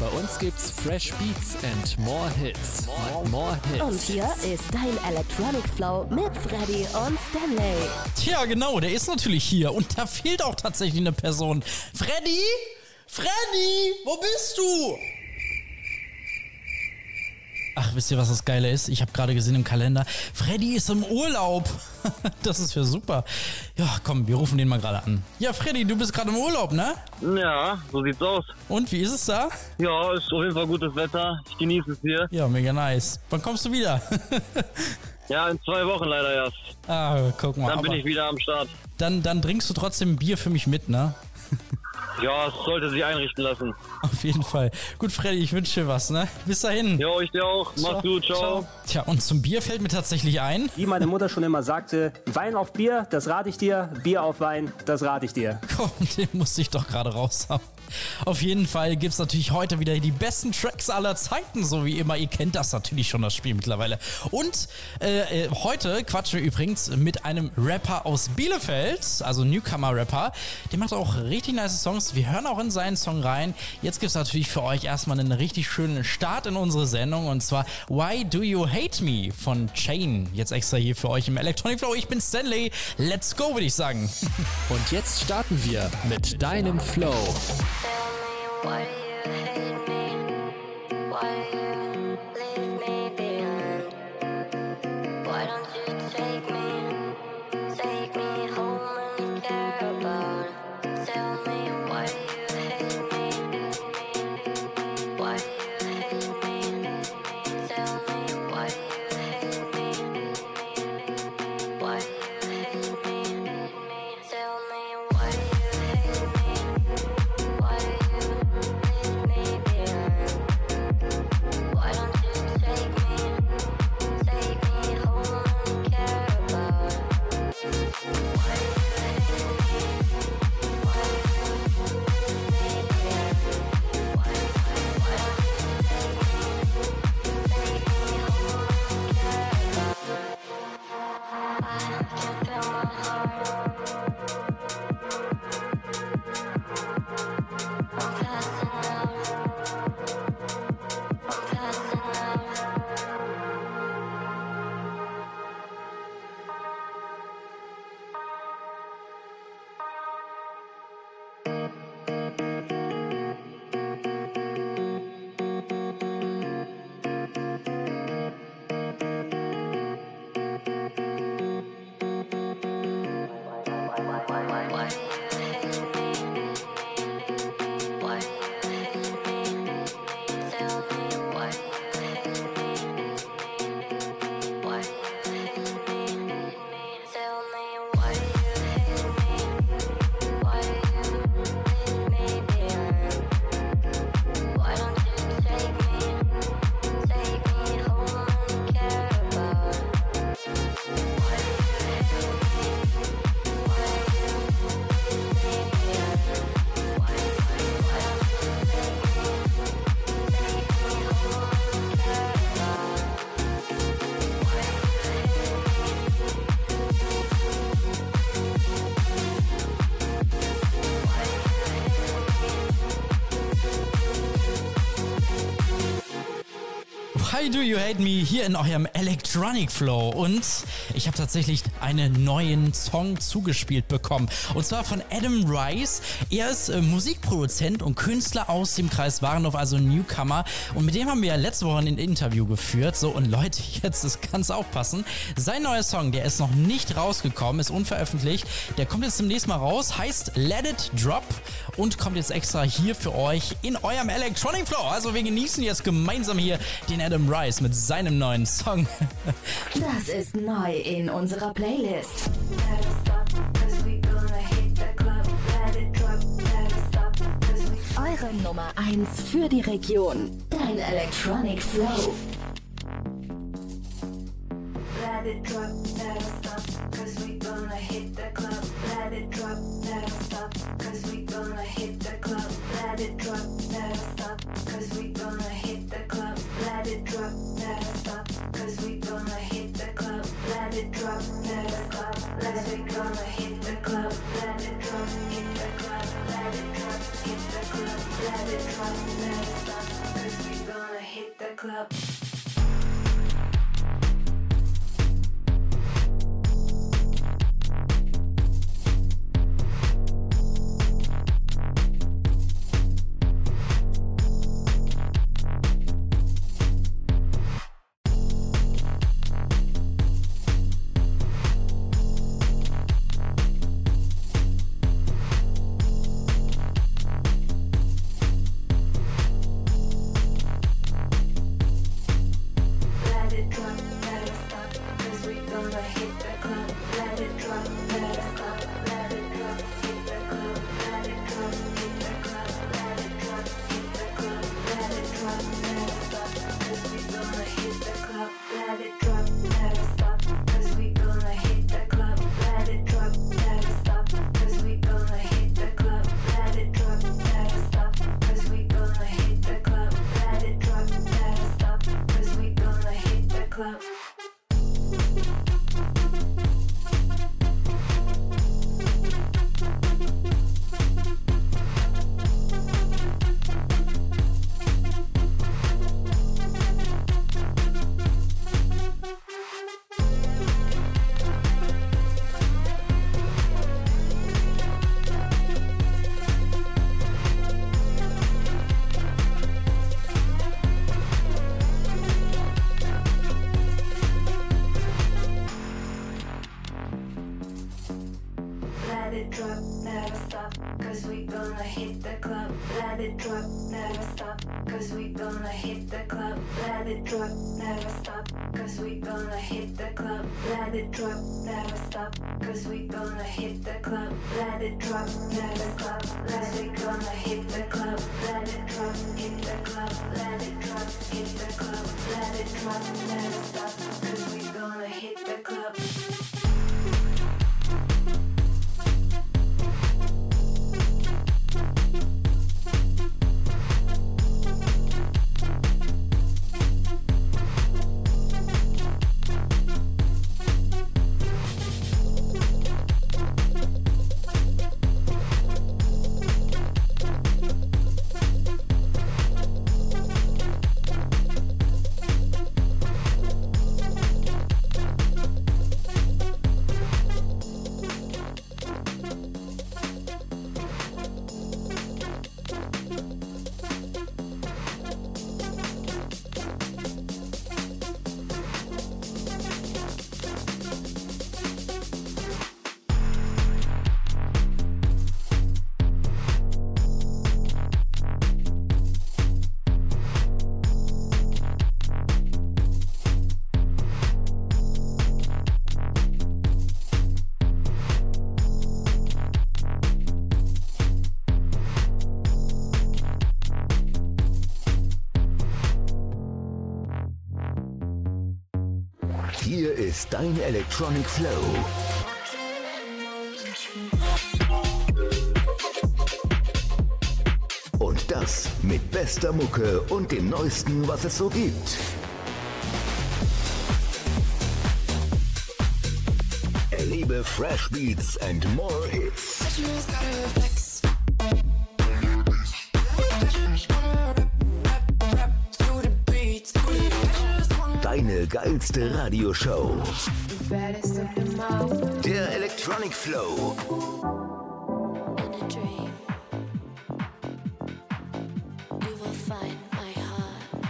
Bei uns gibt's Fresh Beats and more Hits. More Hits. Und hier ist dein Electronic Flow mit Freddy und Stanley. Tja, genau, der ist natürlich hier. Und da fehlt auch tatsächlich eine Person. Freddy? Freddy, wo bist du? Ach, wisst ihr, was das Geile ist? Ich habe gerade gesehen im Kalender, Freddy ist im Urlaub. Das ist ja super. Ja, komm, wir rufen den mal gerade an. Ja, Freddy, du bist gerade im Urlaub, ne? Ja, so sieht's aus. Und, wie ist es da? Ja, ist auf jeden Fall gutes Wetter. Ich genieße es hier. Ja, mega nice. Wann kommst du wieder? Ja, in 2 Wochen leider erst. Ah, guck mal. Dann bin ich wieder am Start. Dann trinkst du trotzdem ein Bier für mich mit, ne? Ja, es sollte sich einrichten lassen. Auf jeden Fall. Gut, Freddy, ich wünsche dir was, ne? Bis dahin. Jo, ich dir auch. Mach's gut, ciao. Tja, und zum Bier fällt mir tatsächlich ein. Wie meine Mutter schon immer sagte, Wein auf Bier, das rate ich dir, Bier auf Wein, das rate ich dir. Komm, den musste ich doch gerade raushauen. Auf jeden Fall gibt's natürlich heute wieder die besten Tracks aller Zeiten, so wie immer. Ihr kennt das natürlich schon, das Spiel mittlerweile. Und heute quatschen wir übrigens mit einem Rapper aus Bielefeld, also Newcomer-Rapper. Der macht auch richtig nice Songs. Wir hören auch in seinen Song rein. Jetzt gibt's natürlich für euch erstmal einen richtig schönen Start in unsere Sendung. Und zwar Why Do You Hate Me von Chain. Jetzt extra hier für euch im Electronic Flow. Ich bin Stanley. Let's go, würde ich sagen. Und jetzt starten wir mit deinem Flow. Why do you hate me? Why do you leave me behind? Why don't you take me home and care about it? Tell me why do you hate me? Why do you hate me? Tell me why do you hate me? Why do you hate me? Tell me why do you hate me? Why do you leave me behind? Why don't you take me home and care about it? Why do you hate me? Why do you leave me behind? Why don't you take me home and care about it? I can feel my heart. I'm passing out. I'm passing out. Why do you hate me? Why do you hate me? Tell me why do you hate me? Why do you hate me? Tell me why do you hate me? Why do you leave me behind? Why don't you take me home and care about it? Why do you hate me? Why do you leave me behind? Why don't you take me home and care about it? Why do you Why Do You Hate Me hier in eurem Electronic Flow. Und ich habe tatsächlich einen neuen Song zugespielt bekommen. Und zwar von Adam Rice. Er ist Musikproduzent und Künstler aus dem Kreis Warendorf, also Newcomer. Und mit dem haben wir ja letzte Woche ein Interview geführt. So, und Leute, jetzt kann es auch passen. Sein neuer Song, der ist noch nicht rausgekommen, ist unveröffentlicht. Der kommt jetzt demnächst mal raus, heißt Let It Drop und kommt jetzt extra hier für euch in eurem Electronic Flow. Also wir genießen jetzt gemeinsam hier den Adam Rice mit seinem neuen Song. Das ist neu in unserer Playlist. Eure Nummer 1 für die Region. Dein Electronic Flow. Let it drop, never stop, 'cause we gonna hit the club. Let it drop, never stop, 'cause we gonna hit the club. Let it drop, never stop, 'cause we gonna hit the club. Let it drop, never stop, 'cause we gonna hit the club. Let it drop, never stop, 'cause we gonna hit the club. Let it drop, hit the club. Let it drop, hit the club. Let it drop, never stop. club. Let it drop, never stop, 'cause we gonna hit the club. Let it drop, never stop, let it drop, hit the club. Let it drop, hit the club. Let it drop, hit the club. Let it drop, never stop, 'cause we gonna hit the club. Let it drop, never stop, 'cause we gonna hit the club. Let it drop, never stop, 'cause we gonna hit the club. Let it drop, never stop, 'cause we gonna hit the club. Let it drop, never stop, 'cause we gonna hit the club. Let it drop, never stop, 'cause we gonna hit the club. Let it drop, never stop, 'cause we gonna hit the club. Let it drop, never stop, 'cause we gonna hit the club. Let it drop, never stop, 'cause we gonna hit the club. Let it drop, never stop, 'cause we gonna hit the club. Let it drop, hit the club. Let it drop, hit the club. Let it drop, never stop, 'cause we gonna hit the club. Hier ist dein Electronic Flow. Und das mit bester Mucke und dem Neuesten, was es so gibt. Erlebe Fresh Beats and more Hits. Deine geilste Radioshow. Der Electronic Flow. In a dream, you will find my heart.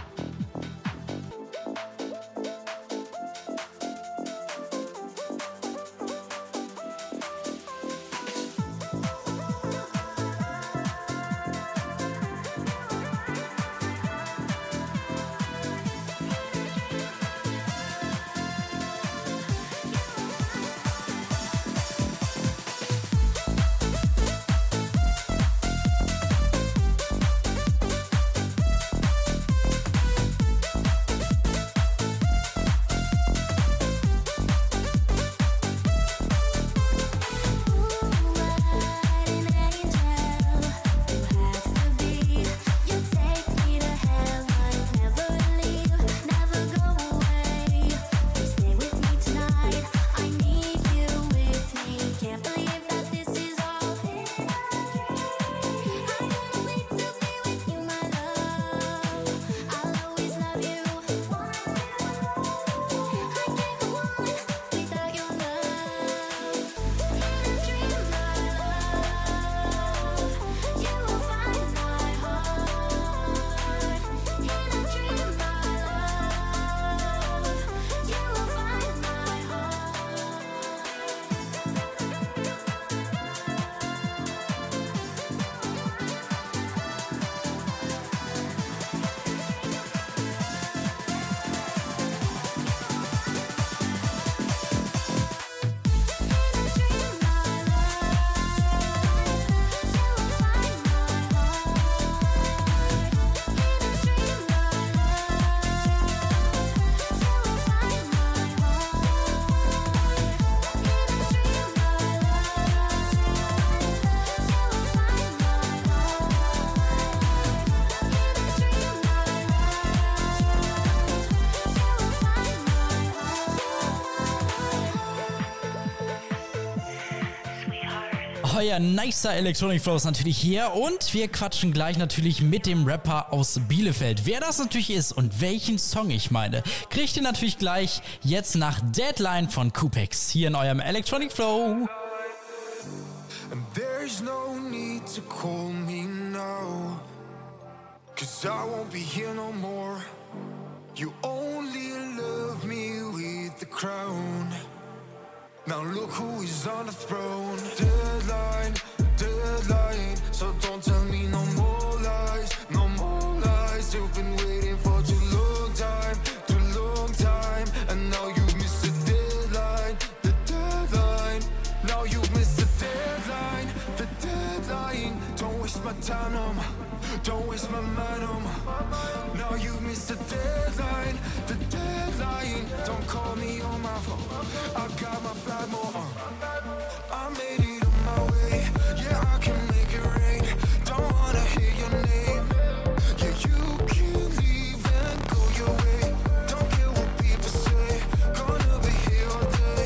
Euer nicer Electronic Flow ist natürlich hier und wir quatschen gleich natürlich mit dem Rapper aus Bielefeld. Wer das natürlich ist und welchen Song ich meine, kriegt ihr natürlich gleich jetzt nach Deadline von Kupex hier in eurem Electronic Flow. And there's no need to call me now, 'cause I won't be here no more. You only love me with the crown. Now look who is on the throne. Deadline, deadline. So don't tell me no more lies, no more lies. You've been waiting for too long time, and now you've missed the deadline, the deadline. Now you've missed the deadline, the deadline. Don't waste my time no more, don't waste my mind no more. Now you've missed the deadline, the deadline. Don't call me on my phone, I got my flight more on. I made it on my way, yeah I can make it rain. Don't wanna hear your name, yeah you can leave and go your way. Don't care what people say, gonna be here all day.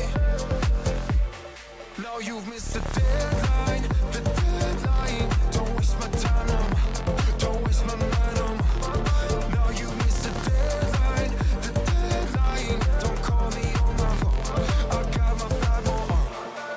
Now you've missed the deadline, the deadline. Don't waste my time no more, don't waste my mind no more. Now you've missed the deadline, the deadline. Don't call me on my phone, I got my flight more on.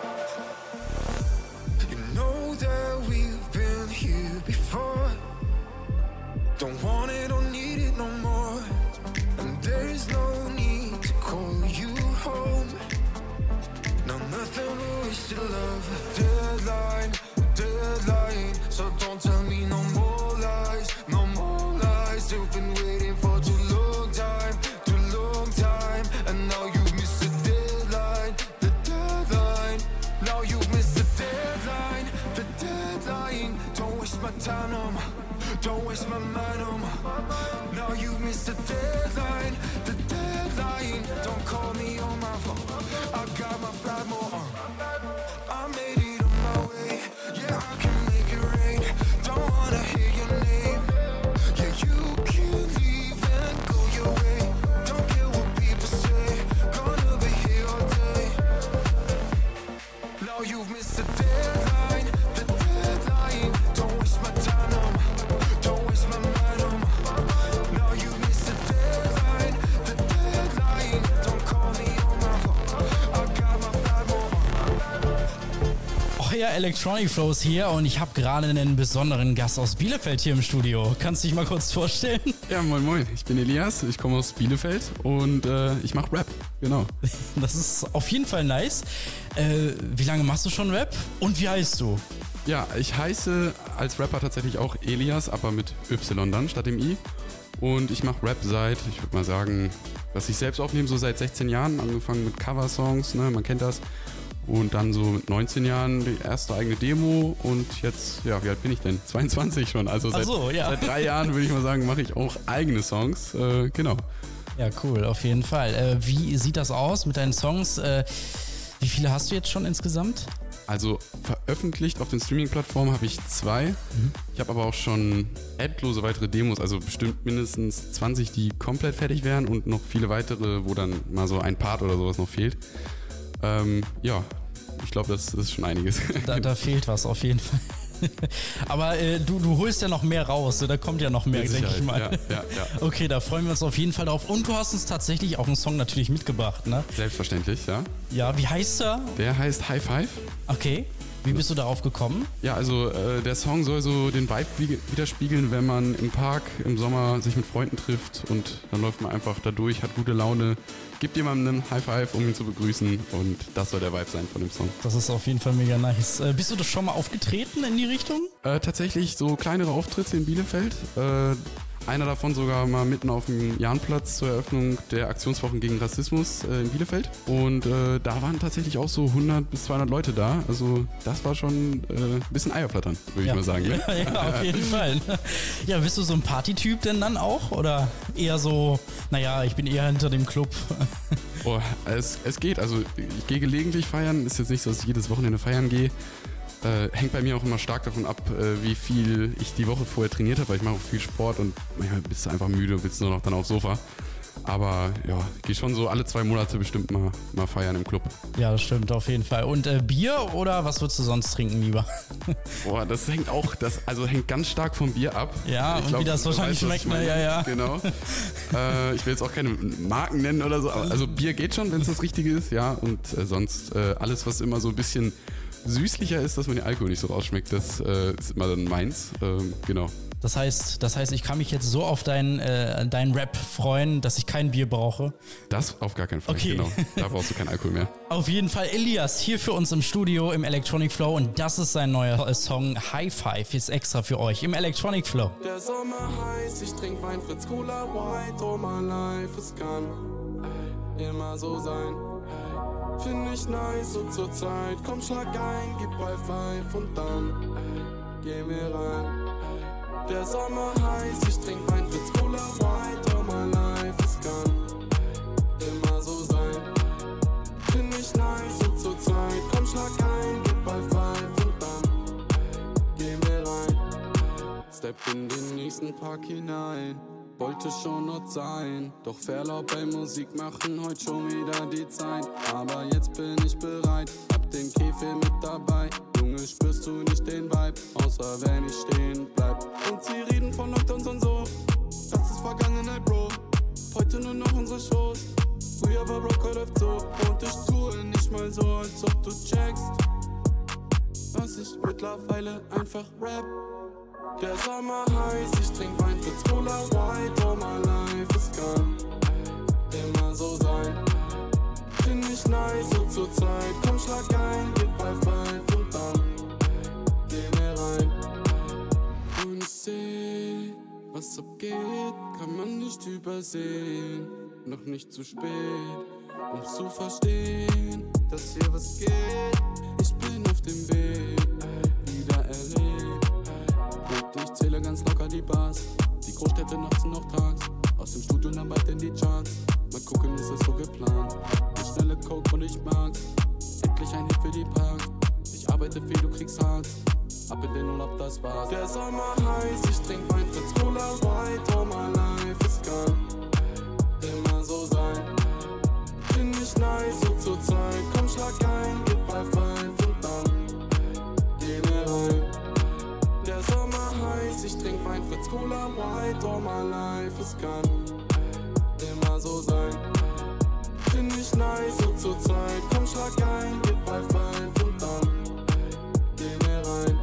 You know that we've been here before. Don't want it, don't need it no more. And there's no need to call you home. Now nothing will waste your love. Deadline, deadline. So don't tell me no more lies, no more lies. You've been waiting for too long time, and now you've missed the deadline, the deadline. Now you've missed the deadline, the deadline. Don't waste my time no more, don't waste my mind no more. Now you've missed the deadline, the deadline. Don't call me on my phone, I got my flight more on. I made it on my way, yeah I can make it rain. Don't wanna hear your name, yeah you can leave and go your way. Don't care what people say, gonna be here all day. Now you've missed the deadline, the deadline. Don't waste my time no more, don't waste my mind no more. Now you've missed the deadline, the deadline. Don't call me on my phone, I got my flight more on. Euer Electronic Flow ist hier und ich habe gerade einen besonderen Gast aus Bielefeld hier im Studio. Kannst du dich mal kurz vorstellen? Ja, moin moin, ich bin Elias, ich komme aus Bielefeld und ich mache Rap, genau. Das ist auf jeden Fall nice. Wie lange machst du schon Rap und wie heißt du? Ja, ich heiße als Rapper tatsächlich auch Elias, aber mit Y dann statt dem I. Und ich mache Rap seit, ich würde mal sagen, was ich selbst aufnehme, so seit 16 Jahren, angefangen mit Coversongs, ne, man kennt das. Und dann so mit 19 Jahren die erste eigene Demo und jetzt, ja, wie alt bin ich denn? 22 schon, also seit 3 Jahren würde ich mal sagen, mache ich auch eigene Songs, genau. Ja, cool, auf jeden Fall. Wie sieht das aus mit deinen Songs? Wie viele hast du jetzt schon insgesamt? Also veröffentlicht auf den Streaming-Plattformen habe ich 2. Ich habe aber auch schon endlose weitere Demos, also bestimmt mindestens 20, die komplett fertig wären und noch viele weitere, wo dann mal so ein Part oder sowas noch fehlt. Ja, ich glaube, das ist schon einiges. Da fehlt was auf jeden Fall. Aber du holst ja noch mehr raus, da kommt ja noch mehr, denke ich mal. Ja. Okay, da freuen wir uns auf jeden Fall drauf. Und du hast uns tatsächlich auch einen Song natürlich mitgebracht, ne? Selbstverständlich, ja. Ja, wie heißt er? Der heißt High Five. Okay. Wie bist du darauf gekommen? Ja, also der Song soll so den Vibe widerspiegeln, wenn man im Park im Sommer sich mit Freunden trifft und dann läuft man einfach da durch, hat gute Laune, gibt jemandem einen High Five, um ihn zu begrüßen und das soll der Vibe sein von dem Song. Das ist auf jeden Fall mega nice. Bist du das schon mal aufgetreten in die Richtung? Tatsächlich so kleinere Auftritte in Bielefeld. Einer davon sogar mal mitten auf dem Jahnplatz zur Eröffnung der Aktionswochen gegen Rassismus in Bielefeld. Und da waren tatsächlich auch so 100 bis 200 Leute da. Also das war schon ein bisschen Eierflattern, würde ich mal sagen. Ne? Ja, auf jeden Fall. Ja, bist du so ein Partytyp denn dann auch? Oder eher so, naja, ich bin eher hinter dem Club? Oh, es geht. Also ich gehe gelegentlich feiern. Ist jetzt nicht so, dass ich jedes Wochenende feiern gehe. Hängt bei mir auch immer stark davon ab, wie viel ich die Woche vorher trainiert habe, weil ich mache auch viel Sport und manchmal bist du einfach müde und willst nur noch dann aufs Sofa. Aber ja, gehe schon so alle 2 Monate bestimmt mal feiern im Club. Ja, das stimmt auf jeden Fall. Und Bier oder was würdest du sonst trinken lieber? Boah, das hängt hängt ganz stark vom Bier ab. Ja, und wie das wahrscheinlich schmeckt, ne? Ja. Genau. Ich will jetzt auch keine Marken nennen oder so, aber also Bier geht schon, wenn es das Richtige ist, ja. Und sonst alles, was immer so ein bisschen süßlicher ist, dass man den Alkohol nicht so rausschmeckt, das ist immer dann meins. Genau. Das heißt, ich kann mich jetzt so auf deinen Rap freuen, dass ich kein Bier brauche. Das auf gar keinen Fall, okay. Genau. Da brauchst du keinen Alkohol mehr. Auf jeden Fall Elias hier für uns im Studio im Electronic Flow und das ist sein neuer Song High Five, ist extra für euch im Electronic Flow. Der Sommer heiß, ich trink Wein, Fritz Cola White, oh my life, es kann immer so sein. Find ich nice so zur Zeit, komm schlag ein, gib High Five und dann geh mir rein. Der Sommer heiß, ich trink Wein, Fritz Cola White, oh my life, es kann immer so sein. Find ich nice so zur Zeit, komm schlag ein, gib High Five und dann geh mir rein. Step in den nächsten Park hinein, wollte schon dort sein, doch Verlaub beim Musik machen, heute schon wieder die Zeit. Aber jetzt bin ich bereit, hab den Käfer mit dabei. Junge, spürst du nicht den Vibe, außer wenn ich stehen bleib. Und sie reden von Lockdowns und so, das ist Vergangenheit, Bro. Heute nur noch unsere Shows, früher war Rocker läuft so. Und ich tue nicht mal so, als ob du checkst, was ich mittlerweile einfach rap. Der Sommer heiß, ich trink Wein, Fritz Cola White, oh my life, es kann immer so sein. Find ich nice so zur Zeit, komm schlag ein, gib High Five und dann geh mir rein. Und ich seh, was abgeht, kann man nicht übersehen. Noch nicht zu spät, um's zu verstehen, dass hier was geht. Ich bin auf dem Weg, wieder erlebt. Und ich zähle ganz locker die Bars, die Großstädte nachts und noch tags. Aus dem Studio dann bald in die Charts. Mal gucken, ist es so geplant. Eine schnelle Coke und ich mag's. Endlich ein Hit für die Parks. Ich arbeite viel, du kriegst hart. Ab in den Urlaub, das war's. Der Sommer heiß, ich trink Wein, Fritz Cola White, oh my life, es kann immer so sein. Find ich nice so zur Zeit, komm schlag ein, gib High Five und dann geh mir rein. Der Sommer heiß, ich trink Wein, Fritz Cola White, oh my life, es kann immer so sein. Find ich nice so zur Zeit, komm schlag ein, gib High Five und dann geh mir rein.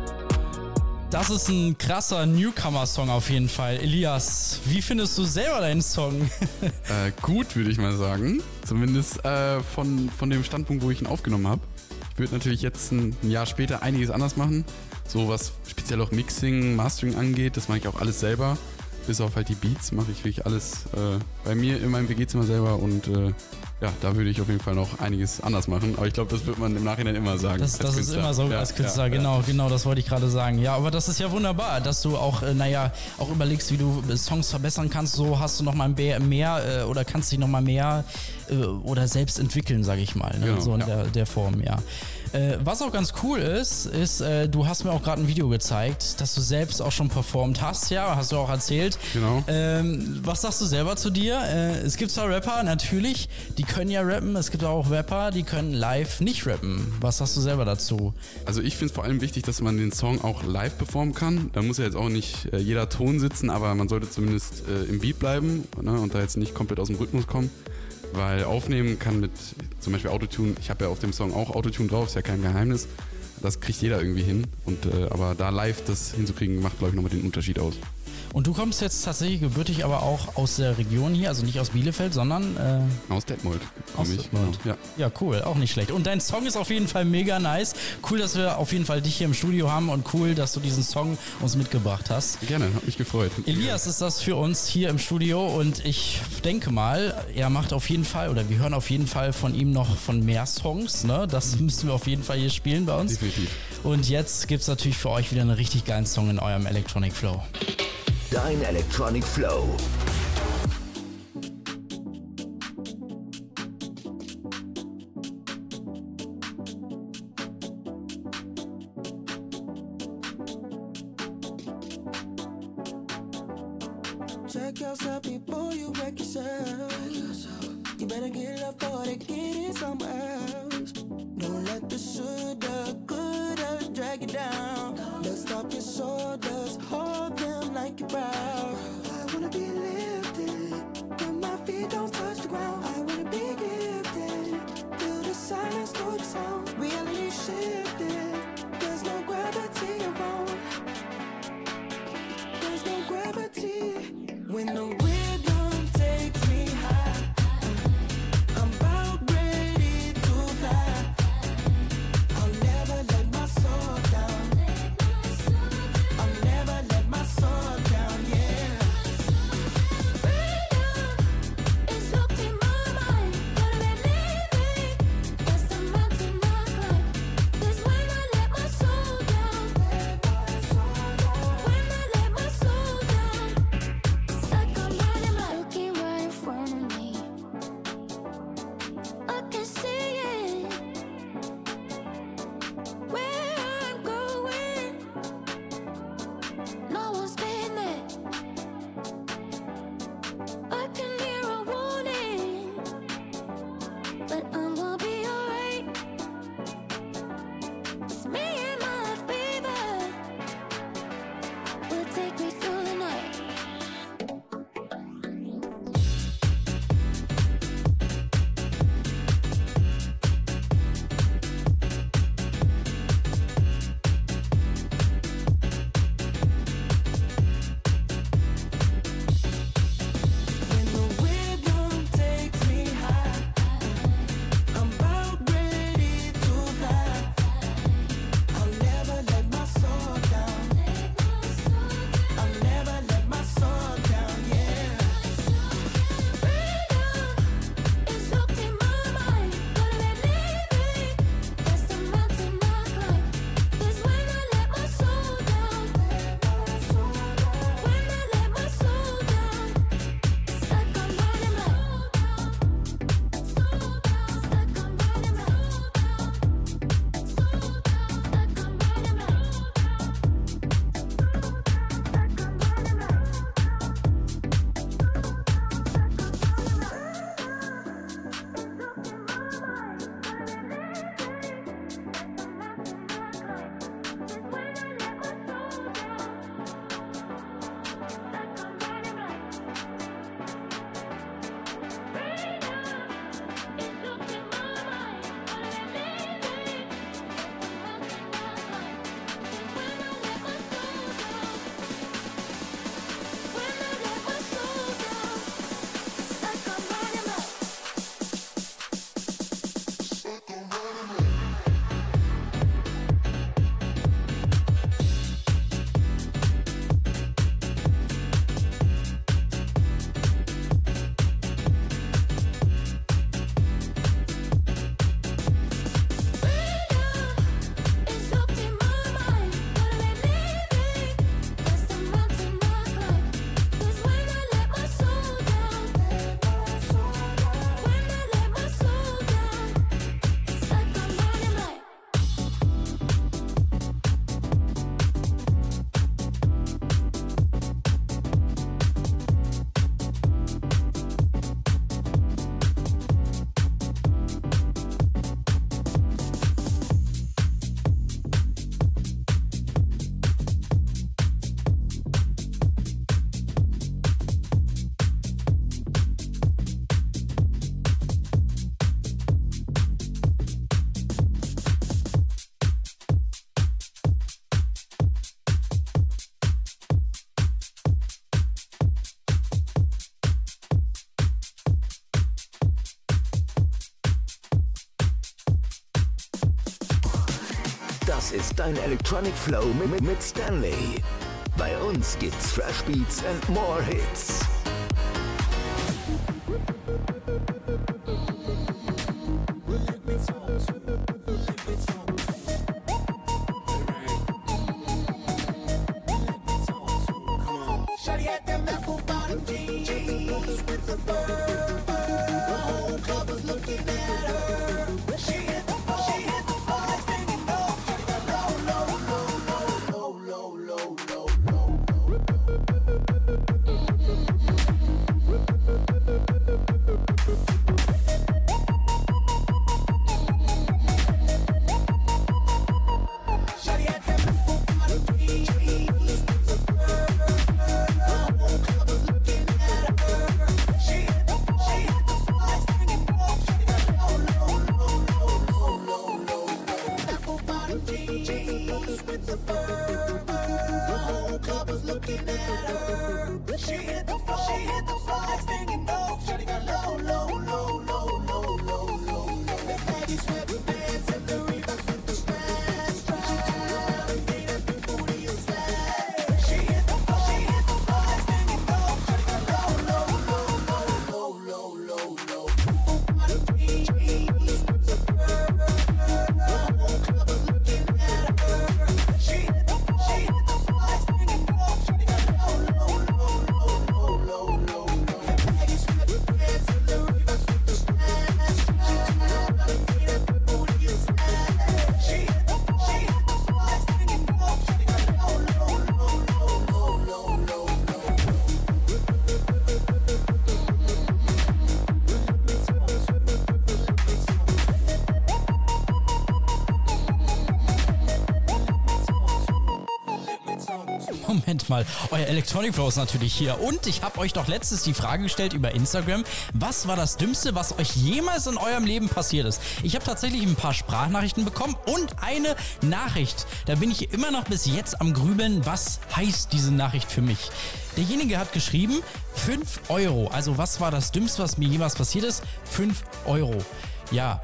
Das ist ein krasser Newcomer-Song auf jeden Fall. Elias, wie findest du selber deinen Song? Gut, würde ich mal sagen. Zumindest von dem Standpunkt, wo ich ihn aufgenommen habe. Ich würde natürlich jetzt ein Jahr später einiges anders machen. So was speziell auch Mixing, Mastering angeht, das mache ich auch alles selber. Bis auf halt die Beats mache ich wirklich alles bei mir in meinem WG-Zimmer selber und ja, da würde ich auf jeden Fall noch einiges anders machen. Aber ich glaube, das wird man im Nachhinein immer sagen. Das ist immer so als Künstler, ja. Genau, das wollte ich gerade sagen. Ja, aber das ist ja wunderbar, dass du auch, auch überlegst, wie du Songs verbessern kannst. So hast du nochmal mehr oder kannst dich nochmal mehr oder selbst entwickeln, sage ich mal. Ne? Genau, so in ja. der Form, ja. Was auch ganz cool ist, du hast mir auch gerade ein Video gezeigt, dass du selbst auch schon performt hast, ja, hast du auch erzählt. Genau. Was sagst du selber zu dir? Es gibt zwar Rapper, natürlich, die können ja rappen, es gibt auch Rapper, die können live nicht rappen. Was sagst du selber dazu? Also ich finde es vor allem wichtig, dass man den Song auch live performen kann. Da muss ja jetzt auch nicht jeder Ton sitzen, aber man sollte zumindest im Beat bleiben, ne, und da jetzt nicht komplett aus dem Rhythmus kommen. Weil aufnehmen kann mit zum Beispiel Autotune, ich habe ja auf dem Song auch Autotune drauf, ist ja kein Geheimnis. Das kriegt jeder irgendwie hin. Und aber da live das hinzukriegen, macht, glaube ich, nochmal den Unterschied aus. Und du kommst jetzt tatsächlich gebürtig aber auch aus der Region hier, also nicht aus Bielefeld, sondern aus Detmold. Aus Detmold. Genau. Ja, cool, auch nicht schlecht. Und dein Song ist auf jeden Fall mega nice. Cool, dass wir auf jeden Fall dich hier im Studio haben und cool, dass du diesen Song uns mitgebracht hast. Gerne, hat mich gefreut. Elias ist das für uns hier im Studio und ich denke mal, er macht auf jeden Fall oder wir hören auf jeden Fall von ihm noch von mehr Songs. Ne? Das müssen wir auf jeden Fall hier spielen bei uns. Definitiv. Und jetzt gibt es natürlich für euch wieder einen richtig geilen Song in eurem Electronic Flow. Dein Electronic Flow. Check yourself before you wreck yourself. You better get up for it, get it somewhere else. Don't let the shoulda, coulda drag you down. Dust off your shoulders, hold them like you're proud. I wanna be lifted, but my feet don't touch the ground. I wanna be gifted, through the silence, through the sound. Reality shifted, there's no gravity around. There's no gravity. When the rhythm takes me high, I'm about ready to fly. I'll never let my soul down. I'll never let my soul down, yeah. Freedom is hooked in my mind. Gotta be living, that's the mountain I climb. 'Cause when I let my soul down, when I let my soul down, it's like I'm riding my looking right in front of me. I can see it, where I'm going. No one's been there. I can hear a warning, but I'm gonna be alright. It's me and my fever will take me through the night. When the rhythm takes me high, I'm about ready to fly. I'll never let my soul down. I'll never let my soul down, yeah. Freedom is hooked in my mind. Gotta be living, that's the mountain I climb. 'Cause when I let my soul down, when I let my soul down, it's like I'm riding my soul down. It's like I'm riding my soul down. Like I'm riding my Das ist dein Electronic Flow mit Stanley. Bei uns gibt's Fresh Beats and more Hits. Shawty had them apple bottom jeans with the fur. The whole club was looking at her. She hit the floor, next thing you know, shawty got low, low, low, low, low, low, low, low. looking at her. She hit the floor, next thing you know, shawty got low, low, low, low, low, low, low, low. The baggy sweatpants and the Reeboks with the straps. She turn around and made that big booty a slap. She hit the floor, next thing you know, shawty got low, low, low, low, low, low, low, low. Moment mal, euer Electronic Flow ist natürlich hier. Und ich habe euch doch letztens die Frage gestellt über Instagram, was war das Dümmste, was euch jemals in eurem Leben passiert ist? Ich habe tatsächlich ein paar Sprachnachrichten bekommen und eine Nachricht. Da bin ich immer noch bis jetzt am Grübeln, was heißt diese Nachricht für mich? Derjenige hat geschrieben, 5 Euro. Also was war das Dümmste, was mir jemals passiert ist? 5 Euro. Ja,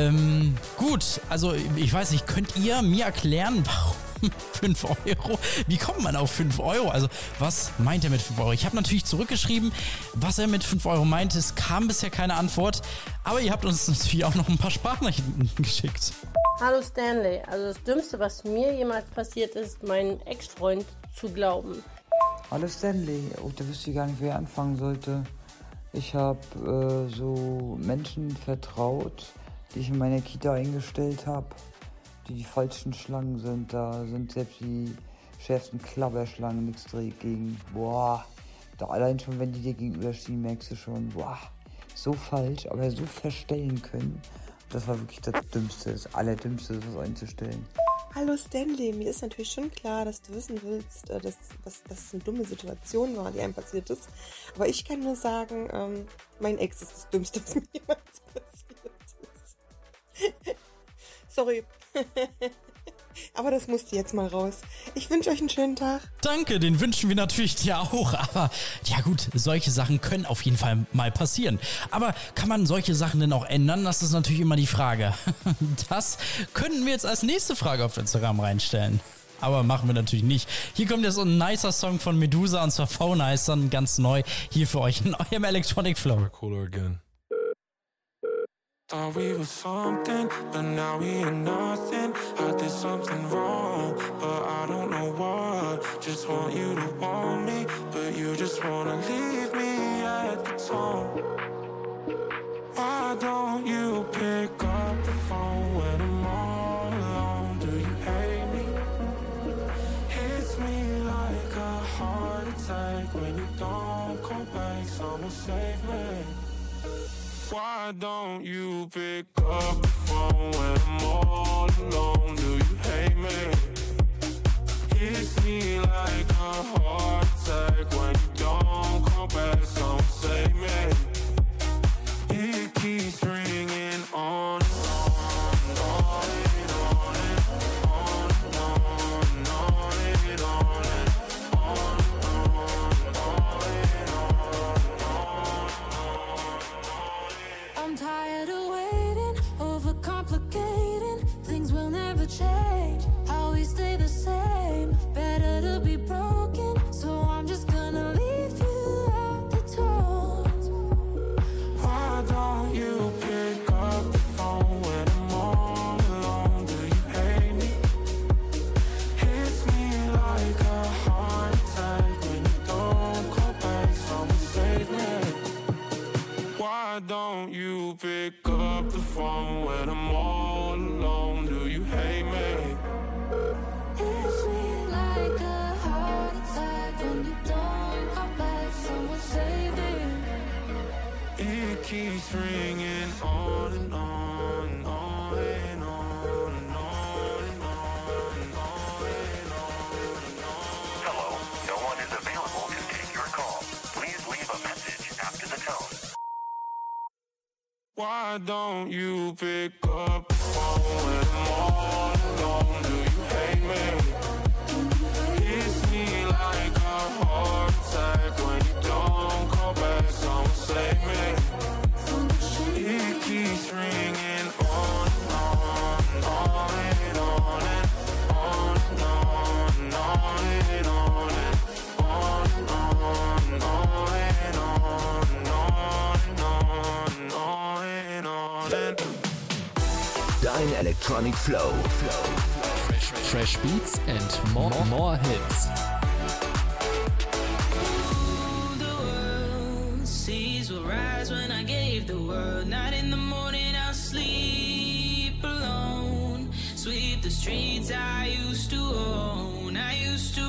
gut, also ich weiß nicht, könnt ihr mir erklären, warum 5 Euro? Wie kommt man auf 5 Euro? Also was meint er mit 5 Euro? Ich habe natürlich zurückgeschrieben, was er mit 5 Euro meint. Es kam bisher keine Antwort, aber ihr habt uns natürlich auch noch ein paar Sprachnachrichten geschickt. Hallo Stanley, also das Dümmste, was mir jemals passiert ist, meinen Ex-Freund zu glauben. Hallo Stanley, da wüsste ich gar nicht, wer ich anfangen sollte. Ich habe so Menschen vertraut, die ich in meiner Kita eingestellt habe, die falschen Schlangen sind. Da sind selbst die schärfsten Klapperschlangen nichts dagegen. Boah, da allein schon, wenn die dir gegenüberstehen, merkst du schon, boah, so falsch, aber so verstellen können. Das war wirklich das Dümmste, das Allerdümmste, was einzustellen. Hallo Stanley, mir ist natürlich schon klar, dass du wissen willst, dass es eine dumme Situation war, die einem passiert ist. Aber ich kann nur sagen, mein Ex ist das Dümmste, was mir jemals passiert ist. Sorry. Aber das musste jetzt mal raus. Ich wünsche euch einen schönen Tag. Danke, den wünschen wir natürlich dir auch. Aber ja gut, solche Sachen können auf jeden Fall mal passieren. Aber kann man solche Sachen denn auch ändern? Das ist natürlich immer die Frage. Das könnten wir jetzt als nächste Frage auf Instagram reinstellen. Aber machen wir natürlich nicht. Hier kommt jetzt so ein nicer Song von Medusa und zwar V-Nice, dann ganz neu hier für euch in eurem Electronic Flow. Cooler again. Thought we were something, but now we are nothing. I did something wrong, but I don't know what. Just want you to want me, but you just wanna leave me at the tone. Why don't you pick up the phone when I'm all alone? Do you hate me? Hits me like a heart attack when you don't come back. Someone save me. Why don't you pick up the phone when I'm all alone? Do you hate me? Hits me like a heart attack when you don't come back. Someone save me. It keeps ringing on and on and on and on and on and on and on and on and on. I'm tired of waiting, overcomplicating. Things will never change, how we stay the same. Better to be broken, so I'm just gonna leave you at the door. Why don't you pick up the phone when I'm all alone? Do you hate me? Hits me like a heart attack when you don't call back. Someone save me. Why don't you pick up the phone when I'm all alone? Do you hate me? Hits me like a heart attack when you don't come back. Someone save me. It keeps ringing on and on and on and on and on and on and on and on. Hello, no one is available to take your call. Please leave a message after the tone. Why don't you pick up the phone when I'm all alone? Do you hate me? Hits me like a Electronic Flow. Fresh beats and more hits. Seas will rise when I gave the word. Night in the morning I'll sleep alone. Sweep the streets I used to own. I used to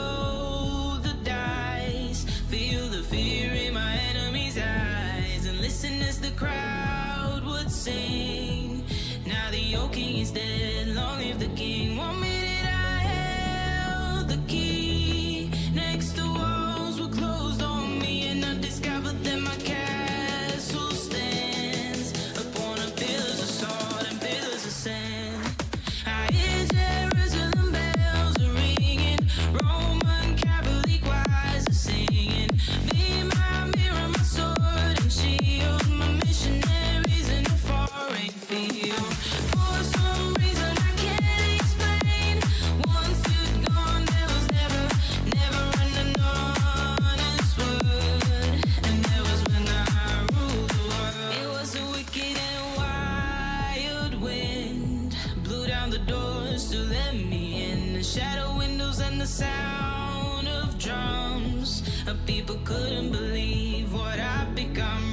roll the dice. Feel the fear in my enemy's eyes. And listen as the crowd would sing. Now the old king is dead. Long live the king. 1 minute I held the key. Next the walls were closed on me. And I discovered that my castle stands upon a pillars of salt and pillars of sand. I hear Jerusalem bells are ringing, Roman Catholic choirs are singing. Be my mirror, my sword and shield, my missionaries in a foreign field. For some reason I can't explain, once you'd gone there was never an honest word. And that was when I ruled the world. It was a wicked and wild wind, blew down the doors to let me in. The shadow windows and the sound of drums. People couldn't believe what I've become.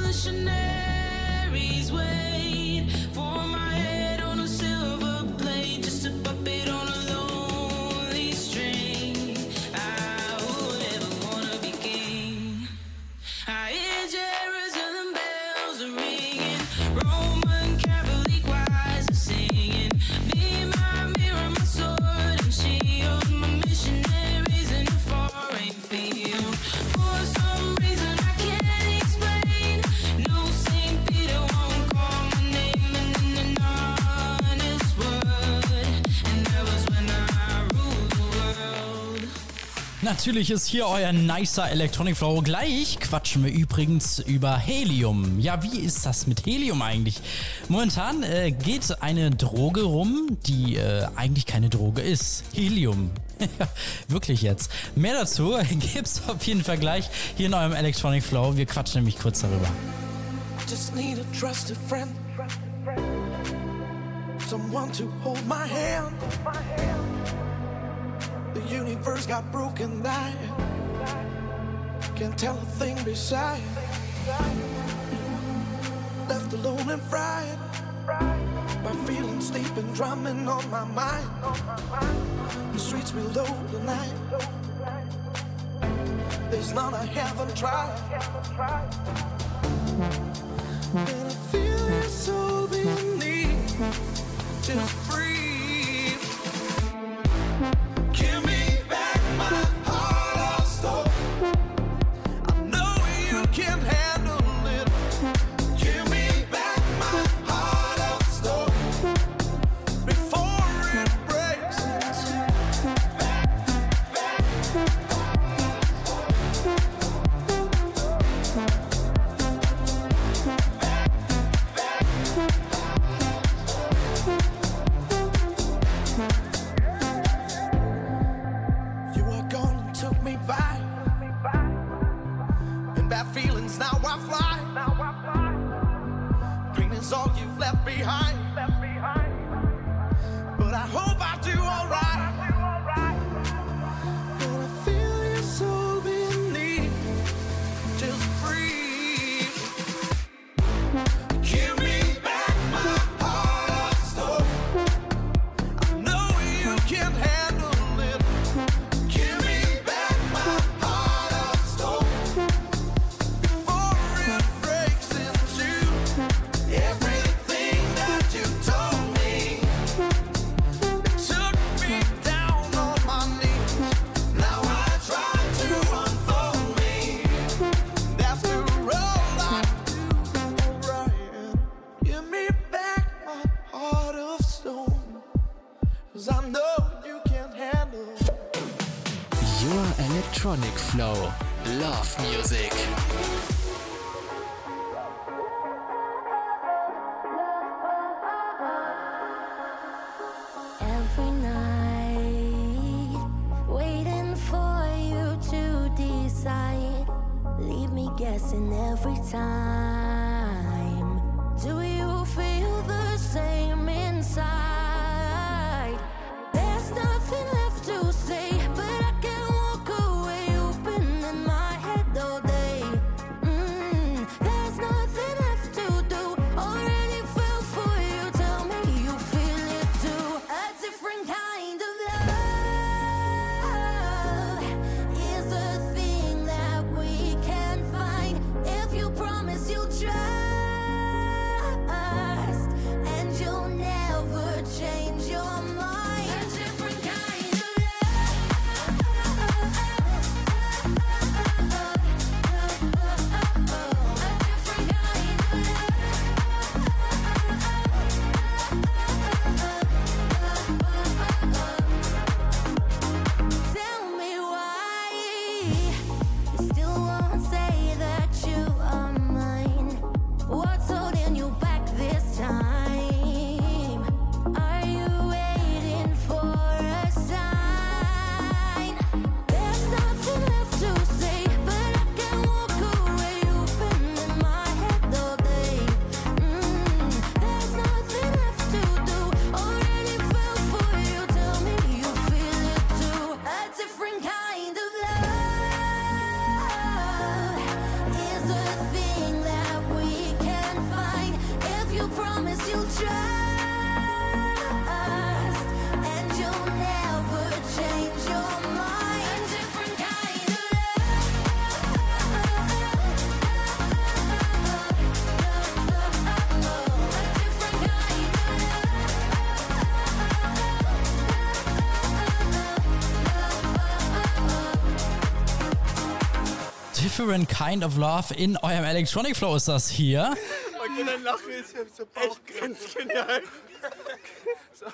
Revolutionaries wait for my head on a silver plate, just a puppet on a lonely string. I would never wanna be king. I hear Jerusalem bells are ringing, Roman Catholic choirs are singing. Be my mirror, my sword and shield, my missionaries in a foreign field. For some reason I can't explain, no Saint Peter won't call my name in an honest word. And that was when I ruled the world. Natürlich ist hier euer nicer Electronic Flow. Gleich quatschen wir übrigens über Helium. Ja, wie ist das mit Helium eigentlich? Momentan geht eine Droge rum, die eigentlich keine Droge ist. Helium. Wirklich jetzt. Mehr dazu gibt's auf jeden Fall gleich hier in eurem Electronic Flow. Wir quatschen nämlich kurz darüber. Just need a trusted friend, someone to hold my hand. The universe got broken down, can't tell a thing beside. Left alone and fried, my feelings deep and drumming on my mind. The streets below the night, there's none I haven't tried. And I feel your soul beneath, just breathe. Give me back my heart of stone. I know you can handle it. Give me back my heart of stone before it breaks in two. You are gone and took me by. In bad feelings, now I fly. Pain is all you've left behind. But I hope I do alright. And I feel your soul beneath. Just breathe. Give me back my heart of stone. I know you can handle it. Give me back my heart of stone before it breaks in two. Everything that you told me, it took me down on my knees. Now I try to unfold me. After all I do, alright. Give me back my heart of stone, 'cause I know you can't handle it. Your Electronic Flow. Love music. Every night, waiting for you to decide. Leave me guessing every time. Do you feel the same inside? Different Kind of Love in eurem Electronic Flow ist das hier. Okay, dein Lachen ist jetzt so echt ganz genial. So.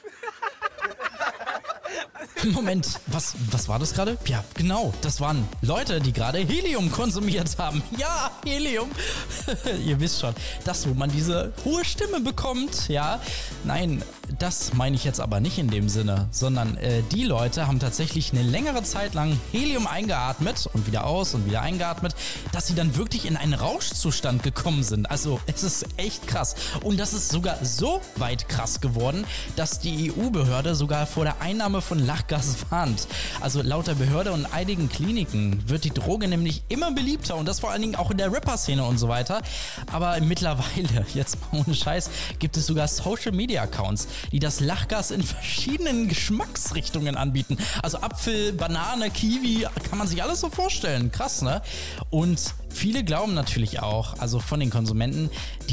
Moment, was war das gerade? Ja, genau, das waren Leute, die gerade Helium konsumiert haben. Ja, Helium. Ihr wisst schon, das, wo man diese hohe Stimme bekommt, ja. Nein, das meine ich jetzt aber nicht in dem Sinne, sondern die Leute haben tatsächlich eine längere Zeit lang Helium eingeatmet und wieder aus und wieder eingeatmet, dass sie dann wirklich in einen Rauschzustand gekommen sind. Also es ist echt krass. Und das ist sogar so weit krass geworden, dass die EU-Behörde sogar vor der Einnahme von Lachgas warnt. Also laut der Behörde und einigen Kliniken wird die Droge nämlich immer beliebter und das vor allen Dingen auch in der Rapper-Szene und so weiter. Aber mittlerweile, jetzt mal ohne Scheiß, gibt es sogar Social-Media-Accounts, die das Lachgas in verschiedenen Geschmacksrichtungen anbieten. Also Apfel, Banane, Kiwi, kann man sich alles so vorstellen. Krass, ne? Und viele glauben natürlich auch, also von den Konsumenten,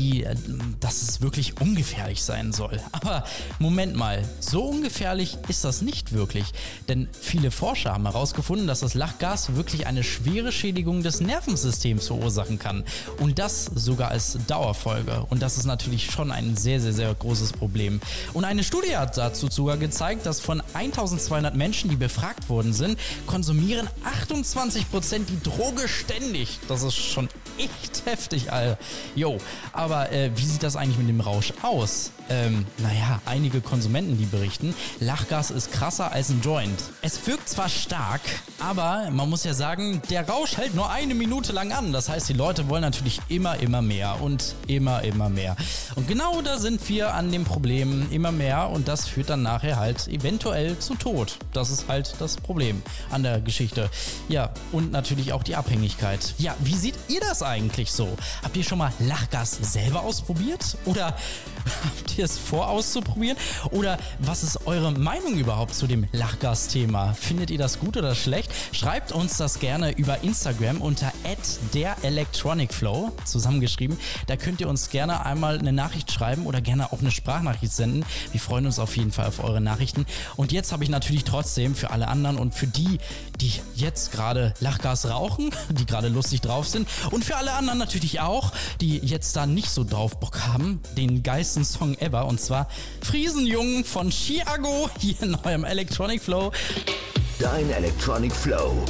dass es wirklich ungefährlich sein soll. Aber Moment mal, so ungefährlich ist das nicht wirklich. Denn viele Forscher haben herausgefunden, dass das Lachgas wirklich eine schwere Schädigung des Nervensystems verursachen kann. Und das sogar als Dauerfolge. Und das ist natürlich schon ein sehr, sehr, sehr großes Problem. Und eine Studie hat dazu sogar gezeigt, dass von 1200 Menschen, die befragt worden sind, konsumieren 28% die Droge ständig. Das ist schon echt heftig, Alter. Jo, aber wie sieht das eigentlich mit dem Rausch aus? Naja, einige Konsumenten, die berichten, Lachgas ist krasser als ein Joint. Es wirkt zwar stark, aber man muss ja sagen, der Rausch hält nur 1 Minute lang an. Das heißt, die Leute wollen natürlich immer mehr und immer mehr. Und genau da sind wir an dem Problem, immer mehr, und das führt dann nachher halt eventuell zu Tod. Das ist halt das Problem an der Geschichte. Ja, und natürlich auch die Abhängigkeit. Ja, wie seht ihr das eigentlich so? Habt ihr schon mal Lachgas selber ausprobiert? Oder habt ihr es vor auszuprobieren? Oder was ist eure Meinung überhaupt zu dem Lachgas-Thema? Findet ihr das gut oder schlecht? Schreibt uns das gerne über Instagram unter @derelectronicflow zusammengeschrieben. Da könnt ihr uns gerne einmal eine Nachricht schreiben oder gerne auch eine Sprachnachricht senden. Wir freuen uns auf jeden Fall auf eure Nachrichten. Und jetzt habe ich natürlich trotzdem für alle anderen und für die jetzt gerade Lachgas rauchen, die gerade lustig drauf sind, und für alle anderen natürlich auch, die jetzt da nicht so drauf Bock haben, den geilsten Song ever, und zwar Friesenjungen von Chiago hier in eurem Electronic Flow. Dein Electronic Flow.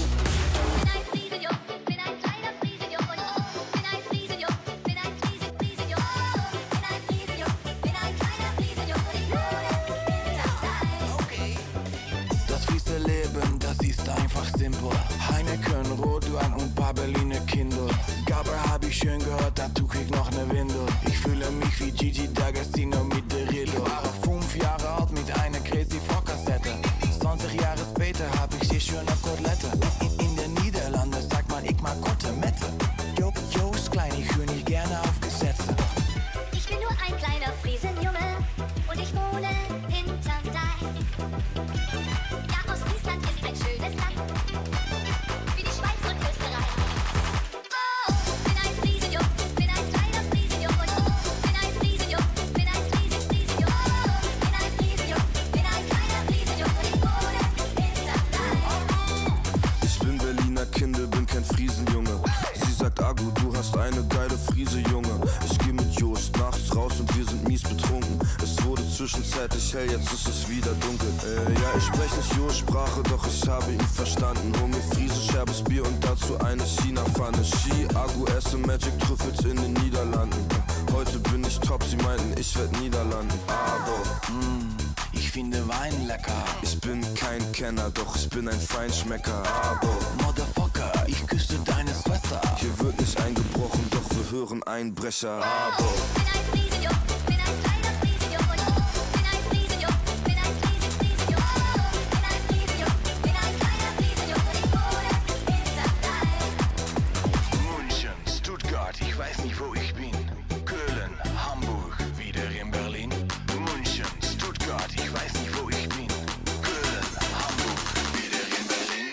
Das fiese Leben, das ist einfach simpel. Heineken, Rotwein und paar Berliner Kinder. Gabber hab ich schön gehört, dazu krieg noch ne Windel. Ich fühle mich wie Gigi D'Agostino mit der Riddle. Ich war 5 Jahre alt mit einer Crazy Vorkassette. 20 Jahre später hab ich die schöne Kotelette. In den Niederlanden sagt man, ich mag Kotelette. Jo ist klein, ich höre nicht gerne auf Gesetze. Ich bin nur ein kleiner Friesenjunge und ich wohne hinterm Deich. Ja, Ostfriesland ist ein schönes Land, wie die Schweiz und Österreich. Oh, bin ein Friesenjung, bin ein kleiner Friesenjung. Bin ein Friesenjung, bin ein Friesenjung. Bin ein Friesenjung, bin ein kleiner Friesenjung und ich wohne hinterm Deich. Ich bin Berliner Kinder, bin kein Friesenjunge. Sie sagt, Agu, du hast eine geile Friese, Junge. Ich geh mit Jost nachts raus und wir sind mies betrunken. Es wurde zwischenzeitlich hell, jetzt ist es wieder dunkel. Ja, ich sprech nicht Jost-Sprache, doch ich habe ihn verstanden. Hol mir Friese, scherbes Bier und dazu eine China-Pfanne. Ski, Agu, esse Magic Trüffels in den Niederlanden. Heute bin ich top, sie meinten, ich werd Niederlanden. Aber, ich finde Wein lecker. Ich bin kein Kenner, doch ich bin ein Feinschmecker. Aber, Motherfucker, ich küsste deine Schwester. Hier wird nicht eingebrochen, doch wir hören Einbrecher. Aber, Bin ein Friesenjung, bin ein kleiner Friesenjung. Bin ein Friesenjung, bin ein Friesenjung. Bin ein Friesenjung, bin ein kleiner Friesenjung und ich wohne hinterm Deich. München, Stuttgart, ich weiß nicht, wo ich bin. Köln, Hamburg, wieder in Berlin. München, Stuttgart, ich weiß nicht, wo ich bin. Köln, Hamburg, wieder in Berlin.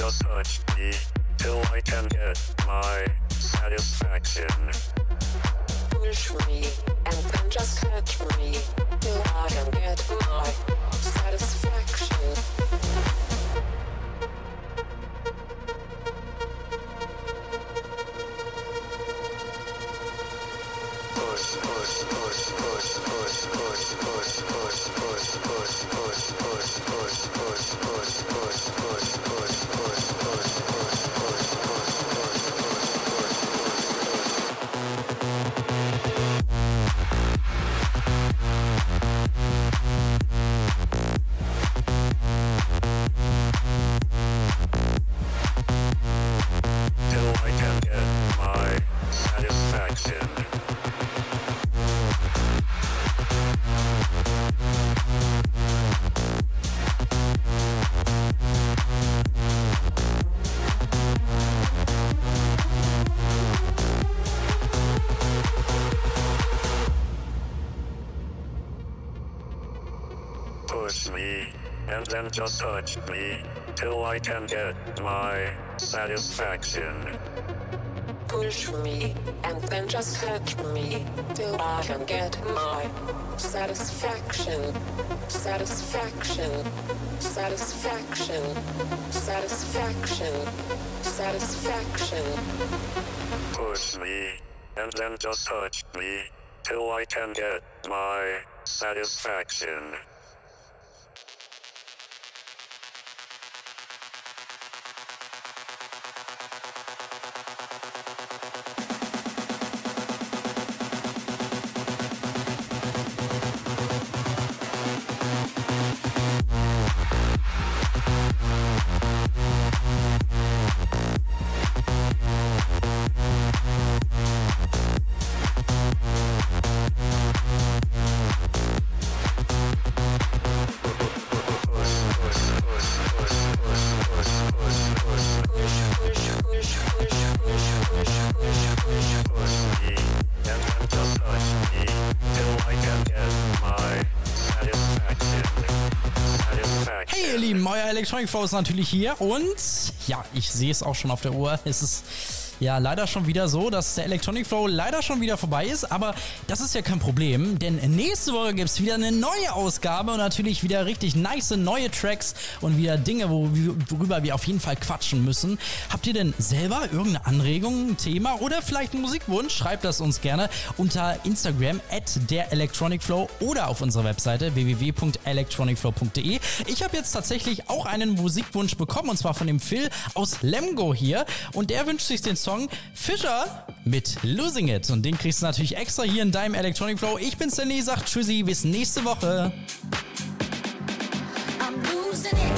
just touch me till I can get my satisfaction. Push me and then just touch me till I can get my satisfaction. Push, push, push, push, push, push, push, push, push, push, push, push, push, push, push, push, push, push, till I can get my satisfaction. Push me, and then just touch me, till I can get my satisfaction. Push me and then just touch me till I can get my satisfaction. Satisfaction. Satisfaction. Satisfaction. Satisfaction. Push me, and then just touch me, till I can get my satisfaction. Hey ihr Lieben, euer Electronic Flow ist natürlich hier und ja, ich sehe es auch schon auf der Uhr. Es ist ja leider schon wieder so, dass der Electronic Flow leider schon wieder vorbei ist, aber das ist ja kein Problem, denn nächste Woche gibt es wieder eine neue Ausgabe und natürlich wieder richtig nice neue Tracks und wieder Dinge, worüber wir auf jeden Fall quatschen müssen. Habt ihr denn selber irgendeine Anregung, ein Thema oder vielleicht einen Musikwunsch? Schreibt das uns gerne unter Instagram @derelectronicflow oder auf unserer Webseite www.electronicflow.de. Ich habe jetzt tatsächlich auch einen Musikwunsch bekommen und zwar von dem Phil aus Lemgo hier und der wünscht sich den Song Fischer mit Losing It und den kriegst du natürlich extra hier in deinem Electronic Flow. Ich bin Stanley, sagt tschüssi, bis nächste Woche. I'm losing it.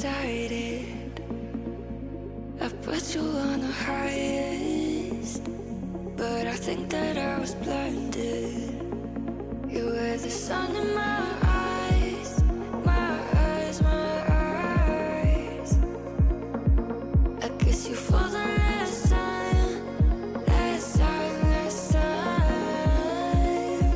decided I put you on the highest, but I think that I was blinded. You were the sun in my eyes, my eyes, my eyes. I kiss you for the last time, last time, last time.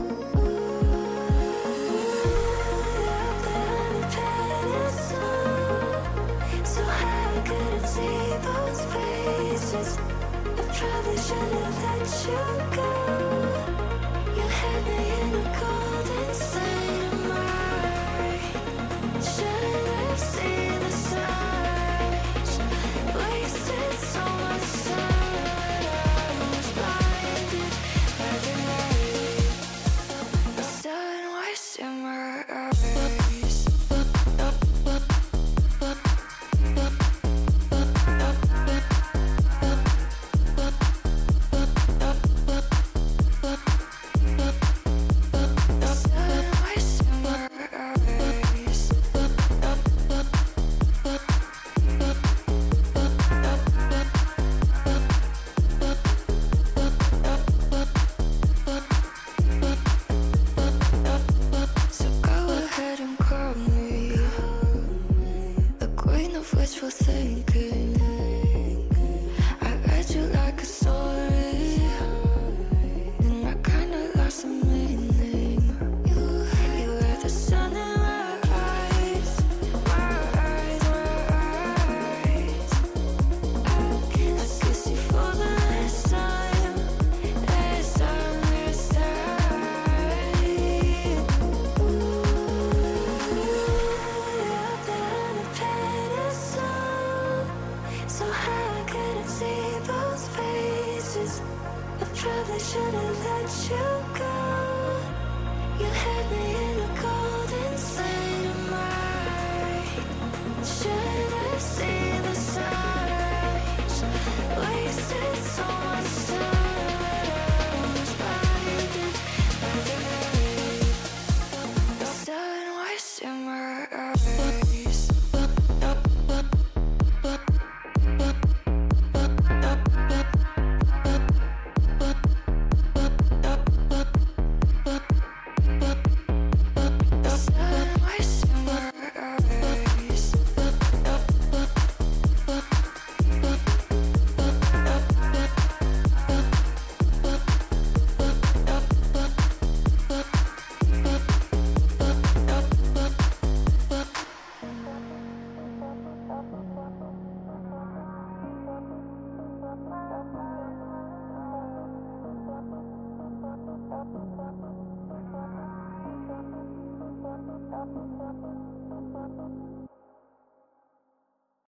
Up there on the pedestal, so high I couldn't see those faces. I probably should've let you go. You had me in a golden state of mind. Should have seen the signs. Wasted so much time. I was blinded by the light. The sun was in my eyes. So go ahead and call me the queen of wishful thinking. I read you like a story, and I kinda lost the meaning. You were the sun in my eyes, my eyes, my eyes. I kiss you for the last time, last time, last time. Up there on a pedestal, so high I couldn't see those faces. I probably should've let you go. You had me in a golden state of mind. Should have seen the signs. Wasted so much time. I was blinded by the light. The sun was in my eyes. The sun was in my eyes.